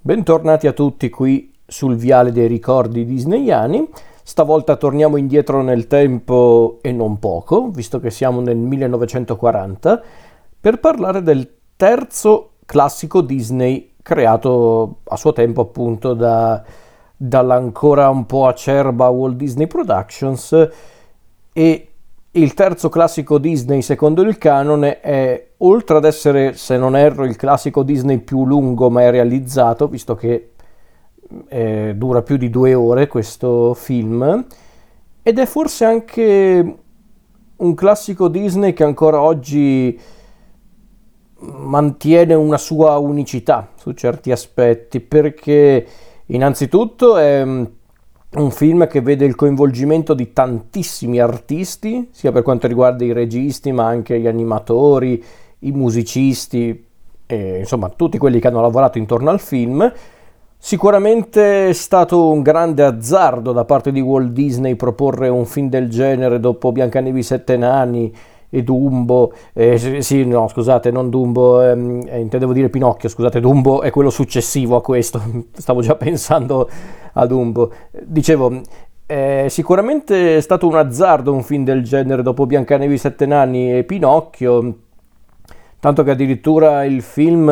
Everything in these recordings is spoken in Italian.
Bentornati a tutti qui sul viale dei ricordi disneyani. Stavolta torniamo indietro nel tempo e non poco, visto che siamo nel 1940, per parlare del terzo classico Disney creato a suo tempo appunto dall'ancora un po' acerba Walt Disney Productions. E il terzo classico Disney secondo il canone è, oltre ad essere, se non erro, il classico Disney più lungo mai realizzato, visto che dura più di 2 ore questo film, ed è forse anche un classico Disney che ancora oggi mantiene una sua unicità su certi aspetti, perché innanzitutto è un film che vede il coinvolgimento di tantissimi artisti, sia per quanto riguarda i registi, ma anche gli animatori, i musicisti, e, insomma, tutti quelli che hanno lavorato intorno al film. Sicuramente è stato un grande azzardo da parte di Walt Disney proporre un film del genere dopo Biancaneve e i Sette Nani e Dumbo, sì, no, scusate, non Dumbo, intendevo dire Pinocchio, scusate, Dumbo è quello successivo a questo, stavo già pensando a Dumbo. Dicevo, sicuramente è stato un azzardo un film del genere dopo Biancaneve e i Sette Nani e Pinocchio, tanto che addirittura il film,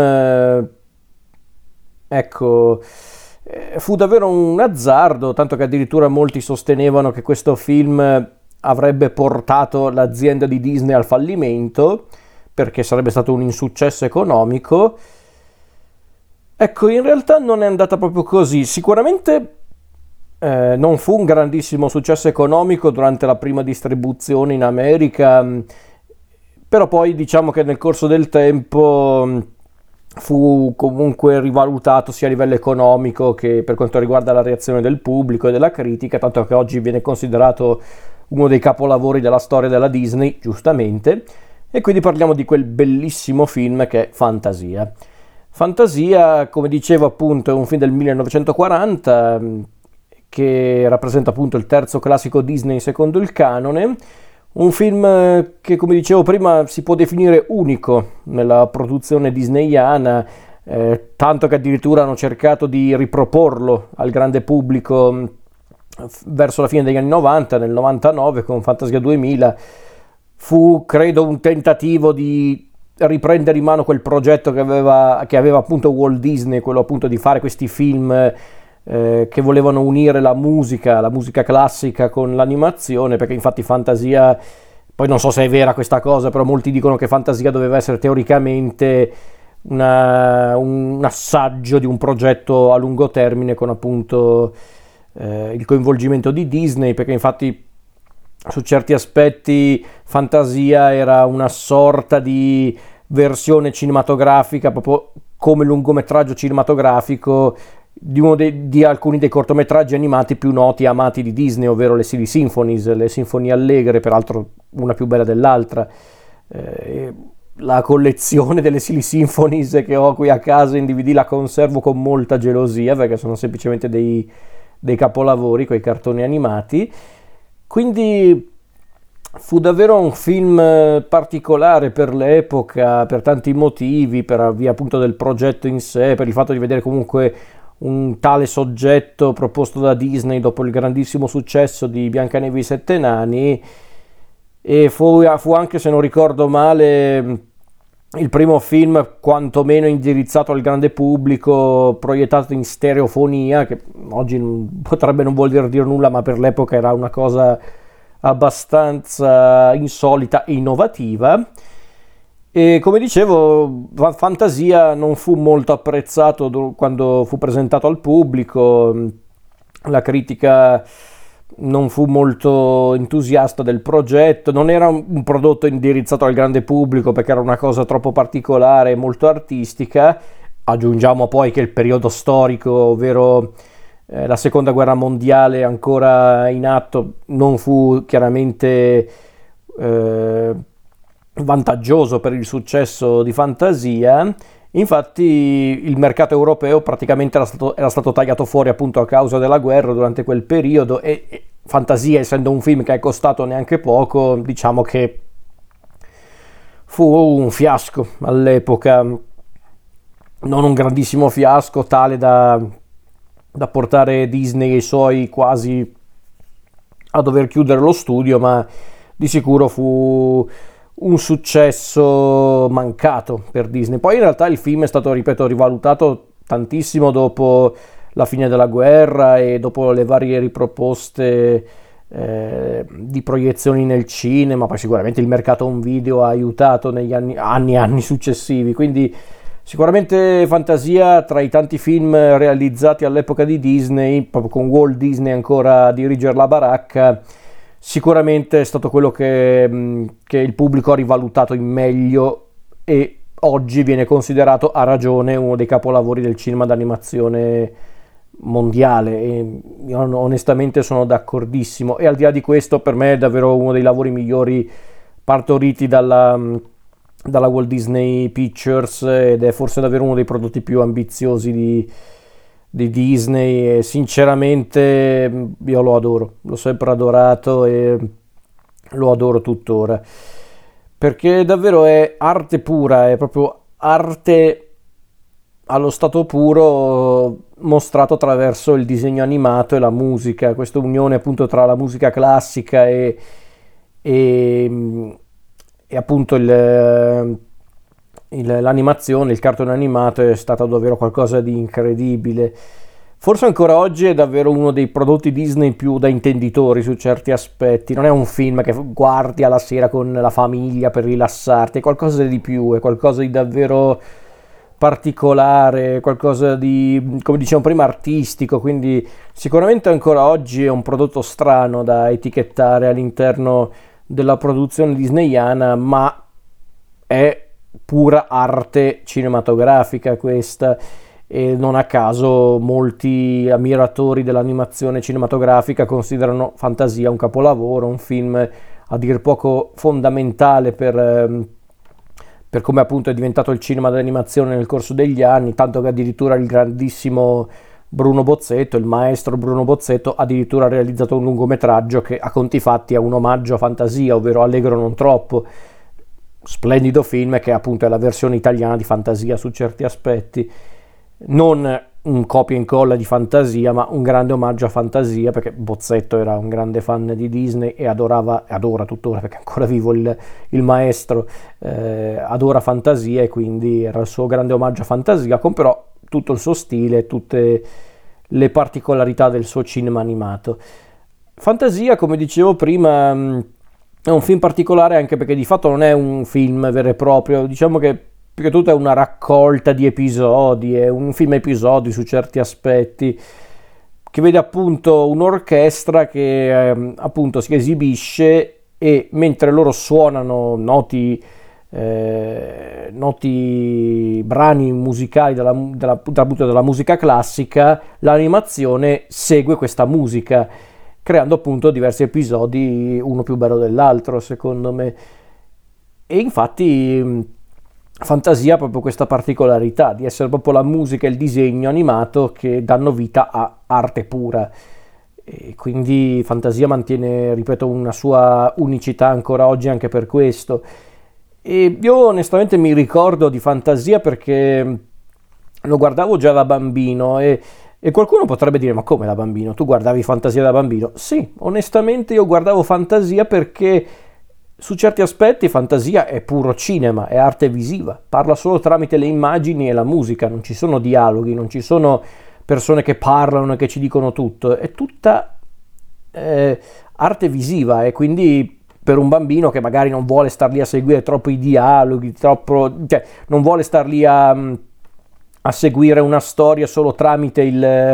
fu davvero un azzardo, tanto che addirittura molti sostenevano che questo film avrebbe portato l'azienda di Disney al fallimento, perché sarebbe stato un insuccesso economico. Ecco, in realtà non è andata proprio così. Sicuramente non fu un grandissimo successo economico durante la prima distribuzione in America, però poi diciamo che nel corso del tempo fu comunque rivalutato sia a livello economico che per quanto riguarda la reazione del pubblico e della critica, tanto che oggi viene considerato uno dei capolavori della storia della Disney, giustamente, e quindi parliamo di quel bellissimo film che è Fantasia. Fantasia, come dicevo appunto, è un film del 1940 che rappresenta appunto il terzo classico Disney secondo il canone, un film che, come dicevo prima, si può definire unico nella produzione disneyana, tanto che addirittura hanno cercato di riproporlo al grande pubblico verso la fine degli anni 90, nel 99 con Fantasia 2000. Fu, credo, un tentativo di riprendere in mano quel progetto che aveva appunto Walt Disney, quello appunto di fare questi film che volevano unire la musica classica con l'animazione, perché infatti Fantasia, poi non so se è vera questa cosa, però molti dicono che Fantasia doveva essere teoricamente un assaggio di un progetto a lungo termine con appunto il coinvolgimento di Disney, perché infatti su certi aspetti Fantasia era una sorta di versione cinematografica, proprio come lungometraggio cinematografico di alcuni dei cortometraggi animati più noti e amati di Disney, ovvero le Silly Symphonies, le sinfonie allegre, peraltro una più bella dell'altra. La collezione delle Silly Symphonies che ho qui a casa in DVD la conservo con molta gelosia, perché sono semplicemente dei capolavori, quei cartoni animati. Quindi fu davvero un film particolare per l'epoca, per tanti motivi, per via appunto del progetto in sé, per il fatto di vedere comunque un tale soggetto proposto da Disney dopo il grandissimo successo di Biancaneve e i Sette Nani, e fu anche, se non ricordo male, il primo film quantomeno indirizzato al grande pubblico, proiettato in stereofonia, che oggi potrebbe non voler dire nulla, ma per l'epoca era una cosa abbastanza insolita e innovativa. E come dicevo, Fantasia non fu molto apprezzato quando fu presentato al pubblico, la critica non fu molto entusiasta del progetto, non era un prodotto indirizzato al grande pubblico perché era una cosa troppo particolare e molto artistica. Aggiungiamo poi che il periodo storico, ovvero la seconda guerra mondiale ancora in atto, non fu chiaramente vantaggioso per il successo di Fantasia. Infatti il mercato europeo praticamente era stato tagliato fuori appunto a causa della guerra durante quel periodo, e Fantasia, essendo un film che è costato neanche poco, diciamo che fu un fiasco all'epoca. non un grandissimo fiasco tale da portare Disney e i suoi quasi a dover chiudere lo studio, ma di sicuro fu un successo mancato per Disney. Poi in realtà il film è stato, ripeto, rivalutato tantissimo dopo la fine della guerra e dopo le varie riproposte di proiezioni nel cinema. Poi sicuramente il mercato home video ha aiutato negli anni successivi, quindi sicuramente Fantasia, tra i tanti film realizzati all'epoca di Disney, proprio con Walt Disney ancora a dirigere la baracca, sicuramente è stato quello che il pubblico ha rivalutato in meglio e oggi viene considerato, a ragione, uno dei capolavori del cinema d'animazione mondiale. E io onestamente sono d'accordissimo, e al di là di questo per me è davvero uno dei lavori migliori partoriti dalla Walt Disney Pictures, ed è forse davvero uno dei prodotti più ambiziosi di Disney, e sinceramente io lo adoro, l'ho sempre adorato e lo adoro tuttora, perché davvero è arte pura, è proprio arte allo stato puro, mostrato attraverso il disegno animato e la musica, questa unione appunto tra la musica classica e, e appunto l'animazione, il cartone animato è stato davvero qualcosa di incredibile. Forse ancora oggi è davvero uno dei prodotti Disney più da intenditori su certi aspetti. Non è un film che guardi alla sera con la famiglia per rilassarti, è qualcosa di più, è qualcosa di davvero particolare, qualcosa di, come dicevamo prima, artistico, quindi sicuramente ancora oggi è un prodotto strano da etichettare all'interno della produzione disneyana, ma è pura arte cinematografica questa, e non a caso molti ammiratori dell'animazione cinematografica considerano Fantasia un capolavoro, un film a dir poco fondamentale per come appunto è diventato il cinema d'animazione nel corso degli anni, tanto che addirittura il grandissimo Bruno Bozzetto, il maestro Bruno Bozzetto, addirittura ha realizzato un lungometraggio che a conti fatti è un omaggio a Fantasia, ovvero Allegro non troppo, splendido film che appunto è la versione italiana di Fantasia su certi aspetti, non un copia e incolla di Fantasia, ma un grande omaggio a Fantasia, perché Bozzetto era un grande fan di Disney e adorava, e adora tuttora perché è ancora vivo il maestro, adora Fantasia, e quindi era il suo grande omaggio a Fantasia, con però tutto il suo stile, tutte le particolarità del suo cinema animato. Fantasia, come dicevo prima, è un film particolare anche perché di fatto non è un film vero e proprio, diciamo che più che tutto è una raccolta di episodi, è un film a episodi su certi aspetti, che vede appunto un'orchestra che appunto si esibisce, e mentre loro suonano noti brani musicali della musica classica, l'animazione segue questa musica, creando appunto diversi episodi, uno più bello dell'altro secondo me. E infatti Fantasia ha proprio questa particolarità di essere proprio la musica e il disegno animato che danno vita a arte pura, e quindi Fantasia mantiene, ripeto, una sua unicità ancora oggi anche per questo. E io onestamente mi ricordo di Fantasia perché lo guardavo già da bambino, e qualcuno potrebbe dire: ma come da bambino? Tu guardavi Fantasia da bambino? Sì, onestamente io guardavo Fantasia perché su certi aspetti Fantasia è puro cinema, è arte visiva, parla solo tramite le immagini e la musica, non ci sono dialoghi, non ci sono persone che parlano e che ci dicono tutto, è tutta arte visiva, e quindi per un bambino che magari non vuole star lì a seguire troppo i dialoghi, cioè non vuole star lì a seguire una storia solo tramite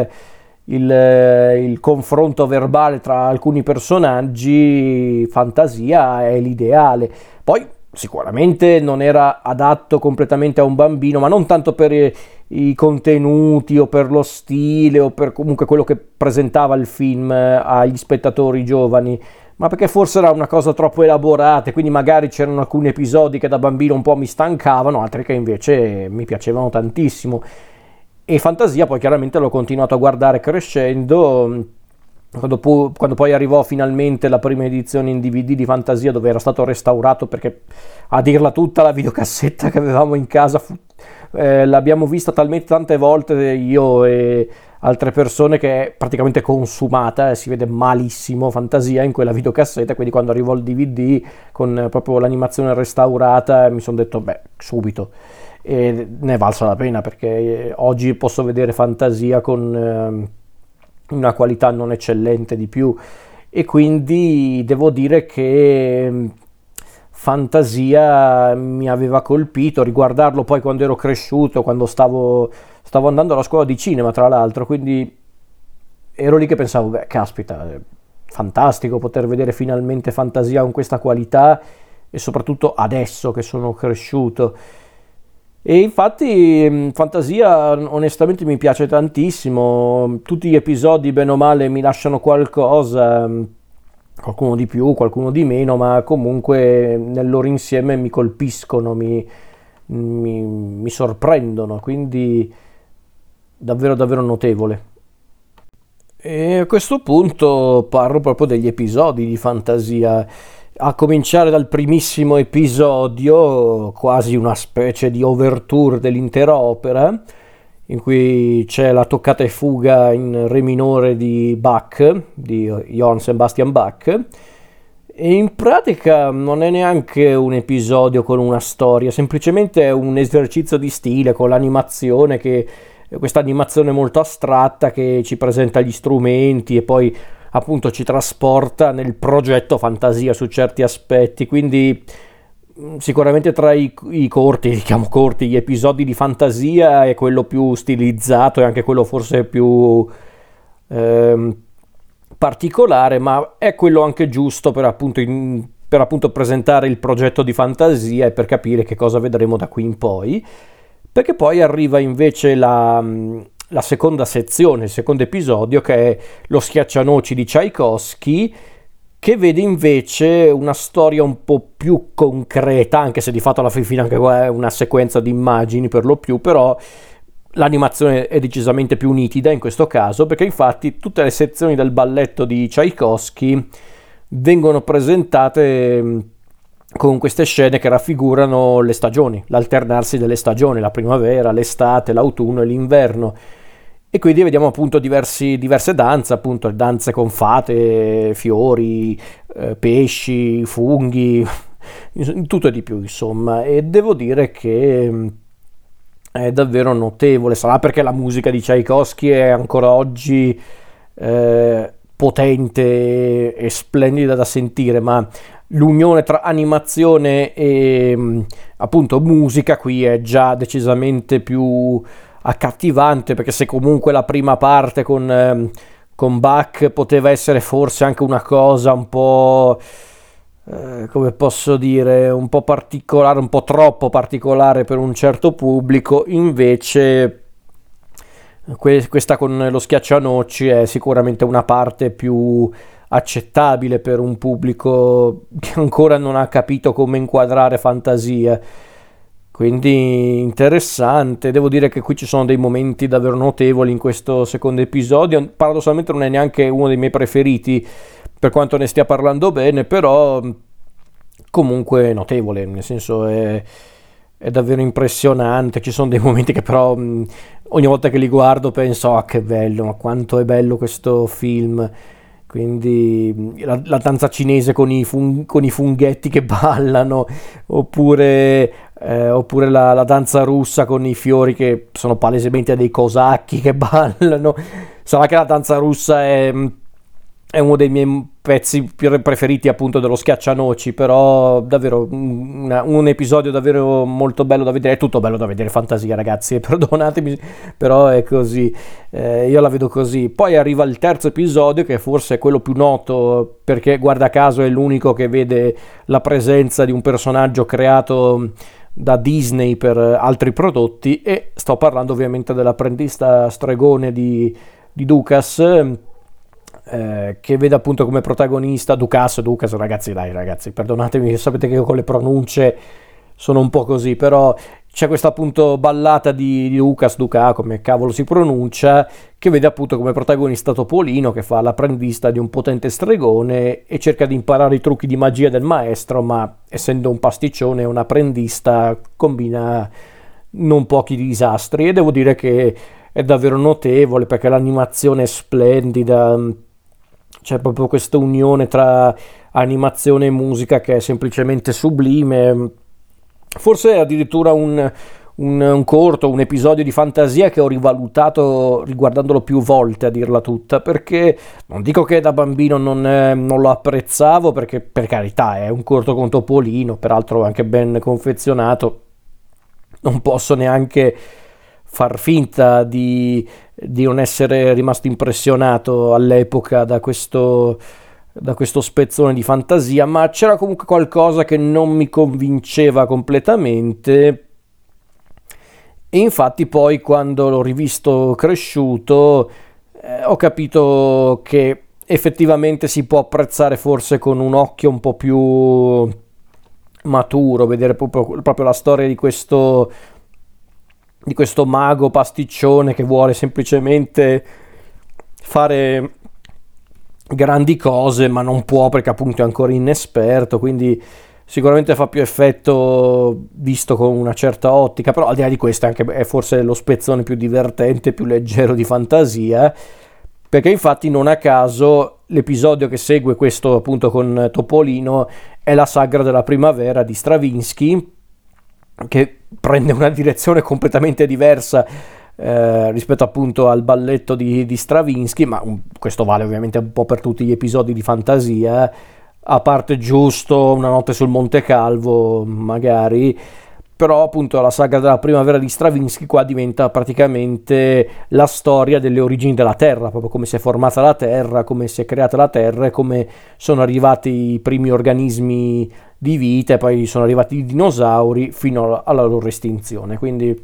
il confronto verbale tra alcuni personaggi, Fantasia è l'ideale. Poi sicuramente non era adatto completamente a un bambino, ma non tanto per i contenuti o per lo stile o per comunque quello che presentava il film agli spettatori giovani, ma perché forse era una cosa troppo elaborata, quindi magari c'erano alcuni episodi che da bambino un po' mi stancavano, altri che invece mi piacevano tantissimo. E Fantasia poi chiaramente l'ho continuato a guardare crescendo, quando poi arrivò finalmente la prima edizione in DVD di Fantasia, dove era stato restaurato, perché a dirla tutta la videocassetta che avevamo in casa l'abbiamo vista talmente tante volte io e altre persone che è praticamente consumata, si vede malissimo Fantasia in quella videocassetta, quindi quando arrivò il DVD con proprio l'animazione restaurata mi sono detto beh, subito, e ne è valsa la pena perché oggi posso vedere Fantasia con una qualità non eccellente di più, e quindi devo dire che Fantasia mi aveva colpito, riguardarlo poi quando ero cresciuto, quando stavo andando alla scuola di cinema tra l'altro, quindi ero lì che pensavo, beh, caspita, è fantastico poter vedere finalmente Fantasia con questa qualità e soprattutto adesso che sono cresciuto. E infatti Fantasia onestamente mi piace tantissimo, tutti gli episodi bene o male mi lasciano qualcosa, qualcuno di più, qualcuno di meno, ma comunque nel loro insieme mi colpiscono, mi sorprendono, quindi davvero davvero notevole. E a questo punto parlo proprio degli episodi di Fantasia, a cominciare dal primissimo episodio, quasi una specie di overture dell'intera opera, in cui c'è la toccata e fuga in re minore di Bach, di Johann Sebastian Bach, e in pratica non è neanche un episodio con una storia, semplicemente è un esercizio di stile con l'animazione, che questa animazione molto astratta che ci presenta gli strumenti e poi appunto ci trasporta nel progetto Fantasia su certi aspetti, quindi sicuramente tra i corti, diciamo corti, gli episodi di Fantasia è quello più stilizzato e anche quello forse più ehm, particolare, ma è quello anche giusto per appunto presentare il progetto di Fantasia e per capire che cosa vedremo da qui in poi, perché poi arriva invece la seconda sezione, il secondo episodio, che è lo Schiaccianoci di Tchaikovsky, che vede invece una storia un po' più concreta, anche se di fatto alla fine anche qua è una sequenza di immagini per lo più, però l'animazione è decisamente più nitida in questo caso, perché infatti tutte le sezioni del balletto di Tchaikovsky vengono presentate con queste scene che raffigurano le stagioni, l'alternarsi delle stagioni, la primavera, l'estate, l'autunno e l'inverno. E quindi vediamo appunto diverse danze, appunto danze con fate, fiori, pesci, funghi, tutto e di più insomma. E devo dire che è davvero notevole, sarà perché la musica di Tchaikovsky è ancora oggi potente e splendida da sentire, ma l'unione tra animazione e appunto musica qui è già decisamente più accattivante, perché se comunque la prima parte con Bach poteva essere forse anche una cosa un po' come posso dire, un po' particolare, un po' troppo particolare per un certo pubblico, invece questa con lo Schiaccianoci è sicuramente una parte più accettabile per un pubblico che ancora non ha capito come inquadrare Fantasia. Quindi interessante, devo dire che qui ci sono dei momenti davvero notevoli in questo secondo episodio, paradossalmente non è neanche uno dei miei preferiti per quanto ne stia parlando bene, però comunque notevole, nel senso è davvero impressionante, ci sono dei momenti che però ogni volta che li guardo penso ah che bello, ma quanto è bello questo film. Quindi la danza cinese con con i funghetti che ballano, oppure la danza russa con i fiori che sono palesemente dei cosacchi che ballano. Sarà che la danza russa è uno dei miei pezzi preferiti appunto dello Schiaccianoci, però davvero un episodio davvero molto bello da vedere, è tutto bello da vedere, Fantasia ragazzi, perdonatemi, però è così, io la vedo così. Poi arriva il terzo episodio che forse è quello più noto perché guarda caso è l'unico che vede la presenza di un personaggio creato da Disney per altri prodotti, e sto parlando ovviamente dell'apprendista stregone di Dukas, che vede appunto come protagonista Dukas, ragazzi, dai ragazzi, perdonatemi, sapete che io con le pronunce sono un po' così, però c'è questa appunto ballata di Duca, come cavolo si pronuncia, che vede appunto come protagonista Topolino, che fa l'apprendista di un potente stregone e cerca di imparare i trucchi di magia del maestro, ma essendo un pasticcione e un apprendista combina non pochi disastri, e devo dire che è davvero notevole perché l'animazione è splendida, c'è proprio questa unione tra animazione e musica che è semplicemente sublime. Forse è addirittura un corto, un episodio di fantasia che ho rivalutato riguardandolo più volte, a dirla tutta, perché non dico che da bambino non lo apprezzavo, perché per carità è un corto con Topolino, peraltro anche ben confezionato, non posso neanche far finta di non essere rimasto impressionato all'epoca da questo spezzone di fantasia, ma c'era comunque qualcosa che non mi convinceva completamente. E infatti poi quando l'ho rivisto cresciuto ho capito che effettivamente si può apprezzare forse con un occhio un po' più maturo, vedere proprio la storia di questo mago pasticcione che vuole semplicemente fare grandi cose, ma non può perché appunto è ancora inesperto, quindi sicuramente fa più effetto visto con una certa ottica, però al di là di questo anche è forse lo spezzone più divertente, più leggero di fantasia, perché infatti non a caso l'episodio che segue questo appunto con Topolino è la sagra della primavera di Stravinsky, che prende una direzione completamente diversa rispetto appunto al balletto di Stravinsky, ma questo vale ovviamente un po' per tutti gli episodi di fantasia, a parte giusto Una notte sul Monte Calvo magari, però appunto la saga della primavera di Stravinsky qua diventa praticamente la storia delle origini della Terra, proprio come si è formata la Terra, come si è creata la Terra e come sono arrivati i primi organismi di vita e poi sono arrivati i dinosauri fino alla loro estinzione. Quindi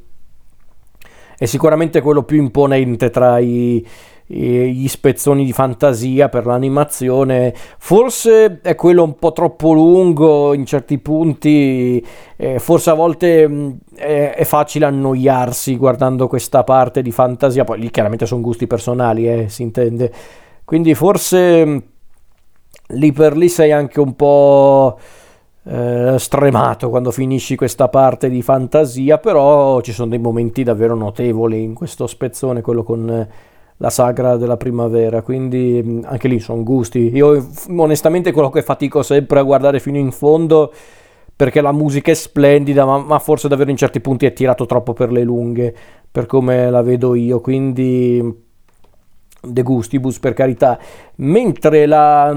è sicuramente quello più imponente tra gli spezzoni di fantasia per l'animazione. Forse è quello un po' troppo lungo in certi punti, forse a volte è facile annoiarsi guardando questa parte di fantasia, poi lì chiaramente sono gusti personali, si intende, quindi forse lì per lì sei anche un po' stremato quando finisci questa parte di fantasia, però ci sono dei momenti davvero notevoli in questo spezzone, quello con la sagra della primavera, quindi anche lì sono gusti. Io onestamente quello che fatico sempre a guardare fino in fondo, perché la musica è splendida, ma forse davvero in certi punti è tirato troppo per le lunghe, per come la vedo io, quindi de gustibus per carità. Mentre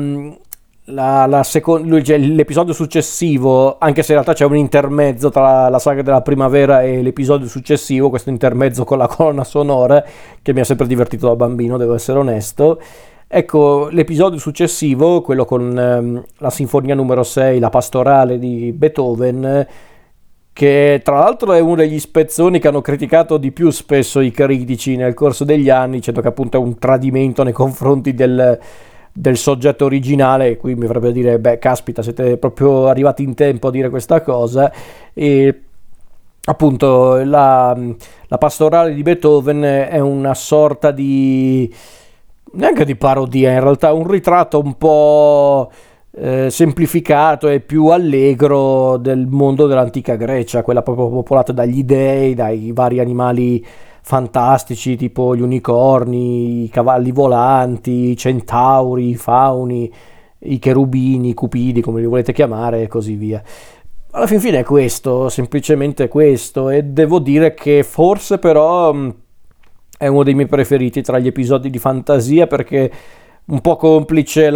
l'episodio successivo, anche se in realtà c'è un intermezzo tra la saga della primavera e l'episodio successivo, questo intermezzo con la colonna sonora che mi ha sempre divertito da bambino, devo essere onesto. Ecco, l'episodio successivo, quello con la sinfonia numero 6, la pastorale di Beethoven, che tra l'altro è uno degli spezzoni che hanno criticato di più spesso i critici nel corso degli anni, dicendo che appunto è un tradimento nei confronti del soggetto originale. E qui mi avrebbe da dire, beh, caspita, siete proprio arrivati in tempo a dire questa cosa. E appunto la pastorale di Beethoven è una sorta di, neanche di parodia, in realtà un ritratto un po' semplificato e più allegro del mondo dell'antica Grecia, quella proprio popolata dagli dei, dai vari animali fantastici tipo gli unicorni, i cavalli volanti, i centauri, i fauni, i cherubini, i cupidi, come li volete chiamare, e così via. Alla fin fine è questo, semplicemente questo, e devo dire che forse però è uno dei miei preferiti tra gli episodi di fantasia, perché un po' complice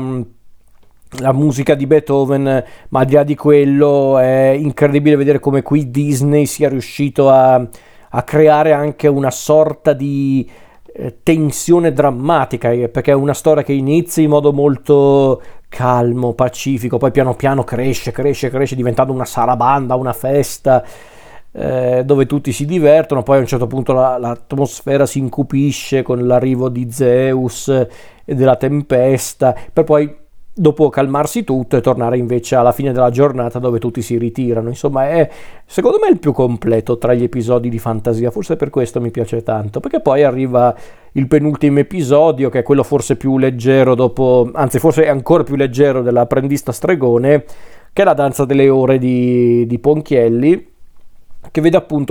la musica di Beethoven, ma al di là di quello è incredibile vedere come qui Disney sia riuscito a creare anche una sorta di tensione drammatica, perché è una storia che inizia in modo molto calmo, pacifico, poi piano piano cresce, diventando una sarabanda, una festa dove tutti si divertono, poi a un certo punto l'atmosfera si incupisce con l'arrivo di Zeus e della tempesta, per poi dopo calmarsi tutto e tornare invece alla fine della giornata dove tutti si ritirano. Insomma, è secondo me il più completo tra gli episodi di fantasia, forse per questo mi piace tanto, perché poi arriva il penultimo episodio, che è quello forse più leggero dopo, anzi forse è ancora più leggero dell'apprendista stregone, che è la danza delle ore di Ponchielli, che vede appunto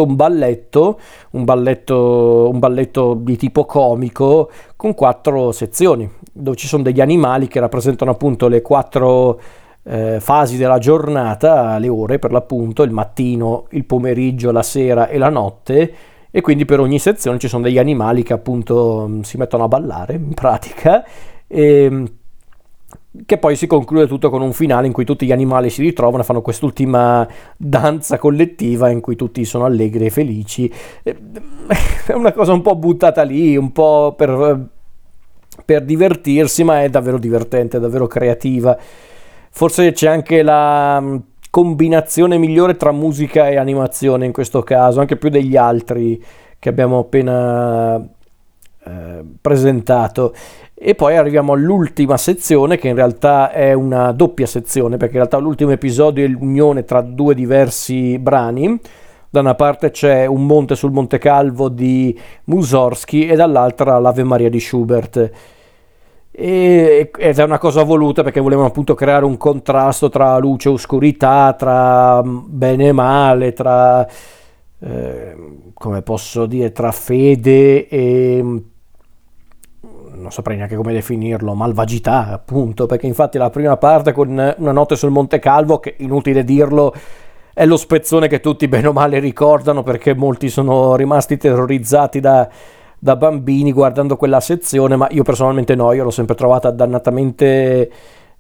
un balletto di tipo comico con 4 sezioni, dove ci sono degli animali che rappresentano appunto le 4 fasi della giornata, le ore per l'appunto, il mattino, il pomeriggio, la sera e la notte, e quindi per ogni sezione ci sono degli animali che appunto si mettono a ballare in pratica, e che poi si conclude tutto con un finale in cui tutti gli animali si ritrovano e fanno quest'ultima danza collettiva in cui tutti sono allegri e felici. È una cosa un po' buttata lì, un po' per divertirsi, ma è davvero divertente, è davvero creativa. Forse c'è anche la combinazione migliore tra musica e animazione in questo caso, anche più degli altri che abbiamo appena presentato. E poi arriviamo all'ultima sezione, che in realtà è una doppia sezione, perché in realtà l'ultimo episodio è l'unione tra 2 diversi brani. Da una parte c'è Un monte sul Monte Calvo di Mussorgsky e dall'altra l'Ave Maria di Schubert. Ed è una cosa voluta perché volevano appunto creare un contrasto tra luce e oscurità, tra bene e male, tra come posso dire, tra fede e non saprei neanche come definirlo, malvagità appunto, perché infatti la prima parte con Una notte sul Monte Calvo, che inutile dirlo è lo spezzone che tutti bene o male ricordano, perché molti sono rimasti terrorizzati da bambini guardando quella sezione, ma io personalmente no, io l'ho sempre trovata dannatamente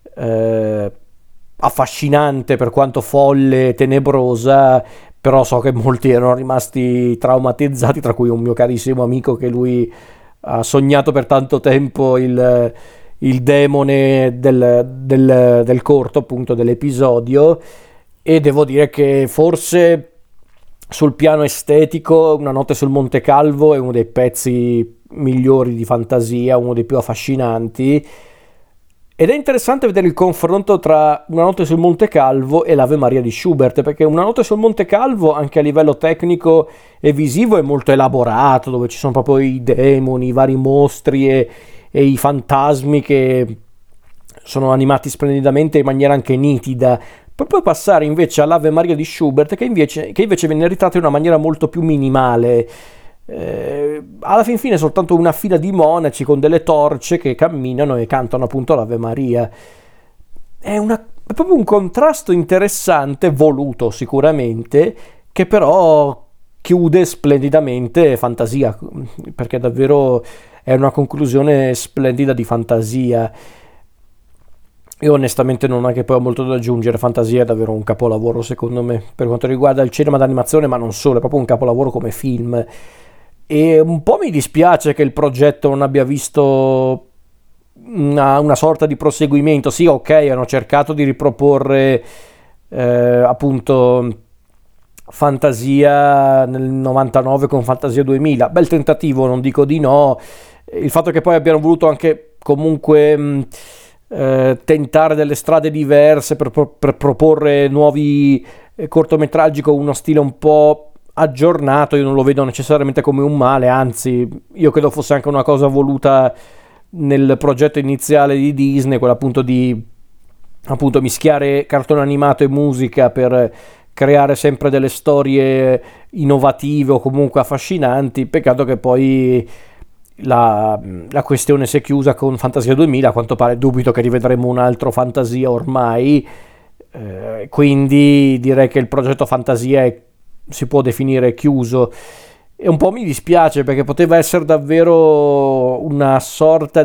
affascinante, per quanto folle e tenebrosa, però so che molti erano rimasti traumatizzati, tra cui un mio carissimo amico, che lui ha sognato per tanto tempo il demone del corto, appunto dell'episodio, e devo dire che forse sul piano estetico Una notte sul Monte Calvo è uno dei pezzi migliori di fantasia, uno dei più affascinanti, ed è interessante vedere il confronto tra Una notte sul Monte Calvo e l'Ave Maria di Schubert, perché Una notte sul Monte Calvo anche a livello tecnico e visivo è molto elaborato, dove ci sono proprio i demoni, i vari mostri e i fantasmi che sono animati splendidamente in maniera anche nitida, per poi passare invece all'Ave Maria di Schubert, che invece viene ritratta in una maniera molto più minimale. Alla fin fine è soltanto una fila di monaci con delle torce che camminano e cantano appunto l'Ave Maria. È proprio un contrasto interessante, voluto sicuramente, che però chiude splendidamente Fantasia, perché davvero è una conclusione splendida di Fantasia. Io onestamente non ho che poi ho molto da aggiungere, Fantasia è davvero un capolavoro secondo me, per quanto riguarda il cinema d'animazione, ma non solo, è proprio un capolavoro come film. E un po' mi dispiace che il progetto non abbia visto una sorta di proseguimento. Sì, ok, hanno cercato di riproporre appunto Fantasia nel 99 con Fantasia 2000, bel tentativo, non dico di no. Il fatto che poi abbiano voluto anche comunque tentare delle strade diverse per proporre nuovi cortometraggi con uno stile un po' aggiornato, io non lo vedo necessariamente come un male, anzi io credo fosse anche una cosa voluta nel progetto iniziale di Disney, quello appunto di appunto mischiare cartone animato e musica per creare sempre delle storie innovative o comunque affascinanti. Peccato che poi la questione si è chiusa con Fantasia 2000, a quanto pare dubito che rivedremo un altro Fantasia ormai, quindi direi che il progetto Fantasia si può definire chiuso, e un po' mi dispiace perché poteva essere davvero una sorta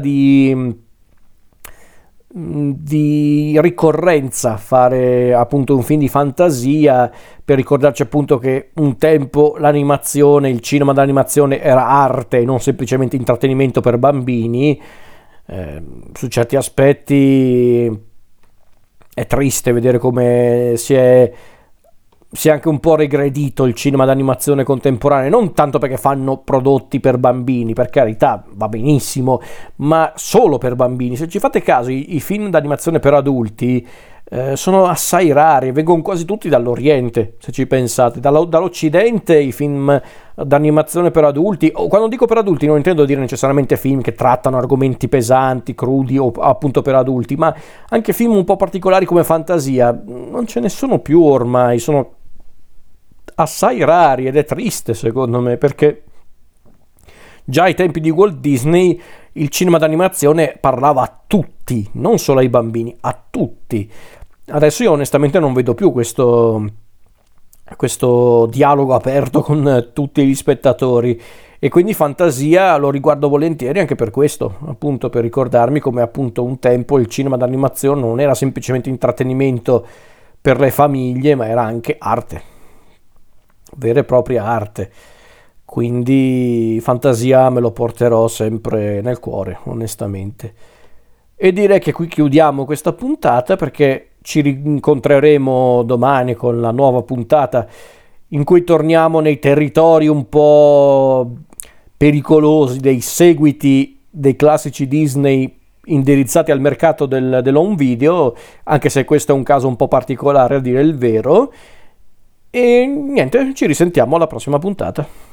di ricorrenza fare appunto un film di fantasia, per ricordarci appunto che un tempo l'animazione, il cinema d'animazione era arte e non semplicemente intrattenimento per bambini. Su certi aspetti è triste vedere come si è anche un po' regredito il cinema d'animazione contemporaneo, non tanto perché fanno prodotti per bambini, per carità, va benissimo, ma solo per bambini. Se ci fate caso, i film d'animazione per adulti sono assai rari, vengono quasi tutti dall'Oriente, se ci pensate. Dall'Occidente i film d'animazione per adulti, o quando dico per adulti non intendo dire necessariamente film che trattano argomenti pesanti, crudi o appunto per adulti, ma anche film un po' particolari come Fantasia, non ce ne sono più ormai, sono assai rari, ed è triste secondo me, perché già ai tempi di Walt Disney il cinema d'animazione parlava a tutti, non solo ai bambini, a tutti. Adesso io onestamente non vedo più questo dialogo aperto con tutti gli spettatori, e quindi Fantasia lo riguardo volentieri anche per questo, appunto per ricordarmi come appunto un tempo il cinema d'animazione non era semplicemente intrattenimento per le famiglie, ma era anche arte, vera e propria arte. Quindi Fantasia me lo porterò sempre nel cuore, onestamente. E direi che qui chiudiamo questa puntata, perché ci rincontreremo domani con la nuova puntata in cui torniamo nei territori un po' pericolosi dei seguiti dei classici Disney indirizzati al mercato dell'home video, anche se questo è un caso un po' particolare a dire il vero. E niente, ci risentiamo alla prossima puntata.